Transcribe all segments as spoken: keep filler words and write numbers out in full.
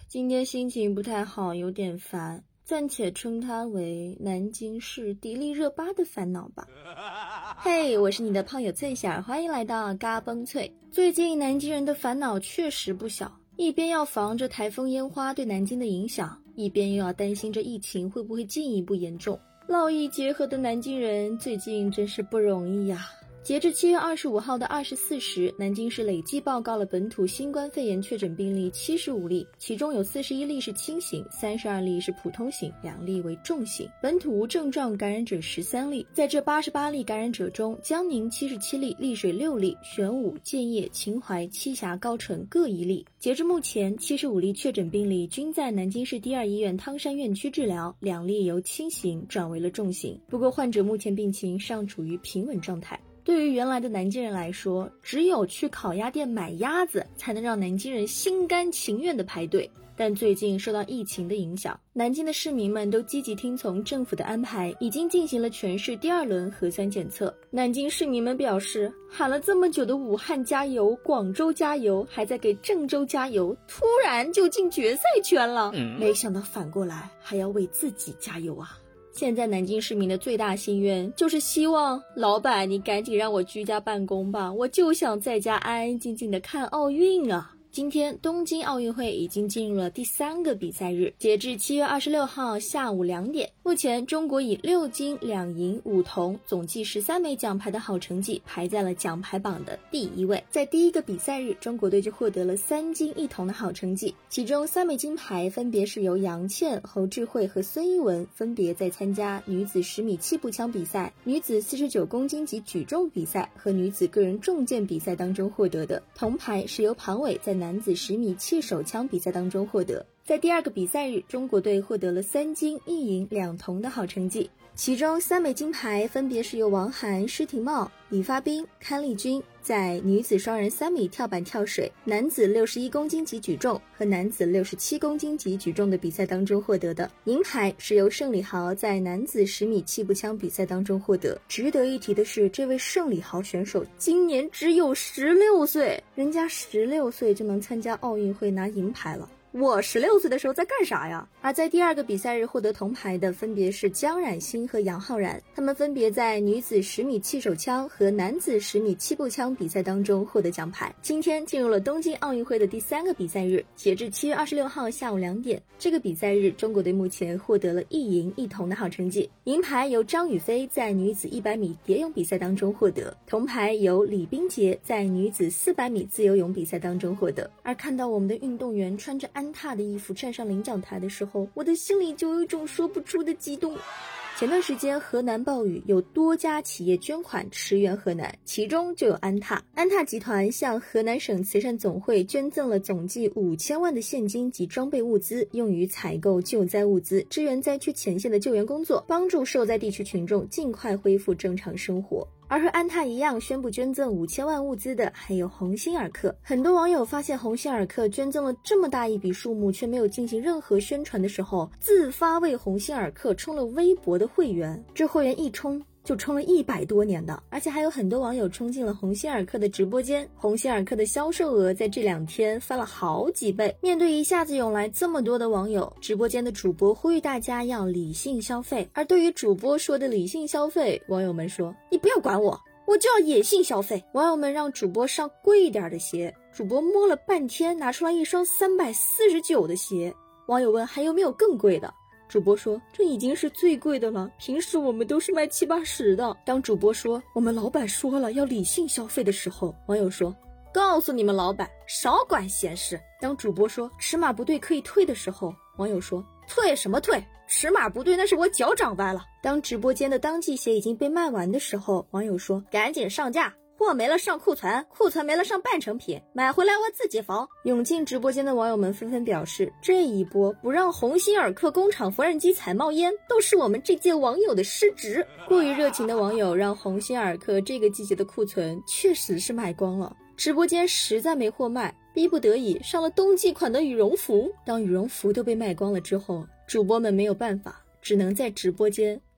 今天心情不太好，有点烦，暂且称它为南京市迪丽热巴的烦恼吧。嘿、hey, 我是你的胖友翠霞，欢迎来到嘎嘣脆。最近南京人的烦恼确实不小，一边要防着台风烟花对南京的影响，一边又要担心着疫情会不会进一步严重。劳逸结合的南京人最近真是不容易呀、啊。截至七月二十五号的二十四时，南京市累计报告了本土新冠肺炎确诊病例七十五例，其中有四十一例是轻型，三十二例是普通型，两例为重型。本土无症状感染者十三例，在这八十八例感染者中，江宁七十七例，丽水六例，玄武、建业、秦淮、栖霞、高城各一例。截至目前，七十五例确诊病例均在南京市第二医院汤山院区治疗，两例由轻型转为了重型。不过患者目前病情尚处于平稳状态。对于原来的南京人来说，只有去烤鸭店买鸭子才能让南京人心甘情愿地排队。但最近受到疫情的影响，南京的市民们都积极听从政府的安排，已经进行了全市第二轮核酸检测。南京市民们表示，喊了这么久的武汉加油、广州加油，还在给郑州加油，突然就进决赛圈了，没想到反过来还要为自己加油啊！现在南京市民的最大心愿就是希望老板你赶紧让我居家办公吧，我就想在家安安静静的看奥运啊。今天东京奥运会已经进入了第三个比赛日，截至七月二十六号下午两点，目前中国以六金两银五铜总计十三枚奖牌的好成绩排在了奖牌榜的第一位。在第一个比赛日，中国队就获得了三金一铜的好成绩，其中三枚金牌分别是由杨倩、侯智慧和孙一文分别在参加女子十米气步枪比赛、女子四十九公斤级举重比赛和女子个人重剑比赛当中获得的。铜牌是由庞伟在男子十米气手枪比赛当中获得。在第二个比赛日，中国队获得了三金一银两铜的好成绩，其中三枚金牌分别是由王涵、施廷懋、李发彬、康丽君在女子双人三米跳板跳水、男子六十一公斤级举重和男子六十七公斤级举重的比赛当中获得的。银牌是由盛礼豪在男子十米气步枪比赛当中获得。值得一提的是，这位盛礼豪选手今年只有十六岁，人家十六岁就能参加奥运会拿银牌了。我十六岁的时候在干啥呀？而在第二个比赛日获得铜牌的分别是姜冉星和杨浩然，他们分别在女子十米气手枪和男子十米气步枪比赛当中获得奖牌。今天进入了东京奥运会的第三个比赛日，截至七月二十六号下午两点，这个比赛日中国队目前获得了一银一铜的好成绩。银牌由张雨霏在女子一百米蝶泳比赛当中获得，铜牌由李冰洁在女子四百米自由泳比赛当中获得。而看到我们的运动员穿着安踏的衣服站上领奖台的时候，我的心里就有一种说不出的激动。前段时间河南暴雨，有多家企业捐款驰援河南，其中就有安踏。安踏集团向河南省慈善总会捐赠了总计五千万的现金及装备物资，用于采购救灾物资，支援灾区前线的救援工作，帮助受灾地区群众尽快恢复正常生活。而和安踏一样宣布捐赠五千万物资的还有鸿星尔克。很多网友发现鸿星尔克捐赠了这么大一笔数目却没有进行任何宣传的时候，自发为鸿星尔克充了微博的会员，这会员一充就充了一百多年的，而且还有很多网友冲进了鸿星尔克的直播间，鸿星尔克的销售额在这两天翻了好几倍。面对一下子涌来这么多的网友，直播间的主播呼吁大家要理性消费。而对于主播说的理性消费，网友们说你不要管我，我就要野性消费。网友们让主播上贵一点的鞋，主播摸了半天拿出来一双三百四十九的鞋，网友问还有没有更贵的，主播说这已经是最贵的了，平时我们都是卖七八十的。当主播说我们老板说了要理性消费的时候，网友说告诉你们老板少管闲事。当主播说尺码不对可以退的时候，网友说退什么退，尺码不对那是我脚长歪了。当直播间的当季鞋已经被卖完的时候，网友说赶紧上架，货没了上库存，库存没了上半成品，买回来我自己缝。涌进直播间的网友们纷纷表示，这一波不让鸿星尔克工厂缝纫机踩冒烟，都是我们这届网友的失职。过于热情的网友让鸿星尔克这个季节的库存确实是卖光了，直播间实在没货卖，逼不得已上了冬季款的羽绒服。当羽绒服都被卖光了之后，主播们没有办法，只能在直播间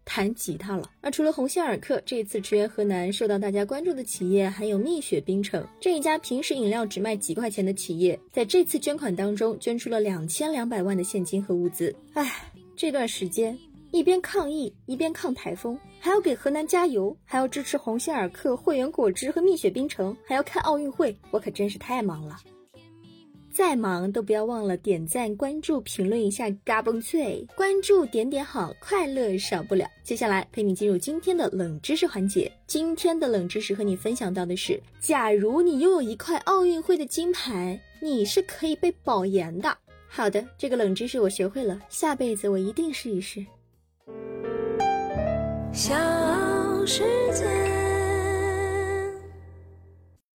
弹吉他了。而除了鸿星尔克，这次支援河南受到大家关注的企业还有蜜雪冰城，这一家平时饮料只卖几块钱的企业，在这次捐款当中捐出了两千两百万的现金和物资。唉，这段时间一边抗疫一边抗台风，还要给河南加油，还要支持鸿星尔克、汇源果汁和蜜雪冰城，还要看奥运会，我可真是太忙了。再忙都不要忘了点赞、关注、评论一下嘎嘣脆，关注点点好，快乐少不了。接下来陪你进入今天的冷知识环节。今天的冷知识和你分享到的是，假如你拥有一块奥运会的金牌，你是可以被保研的。好的，这个冷知识我学会了，下辈子我一定试一试。小世界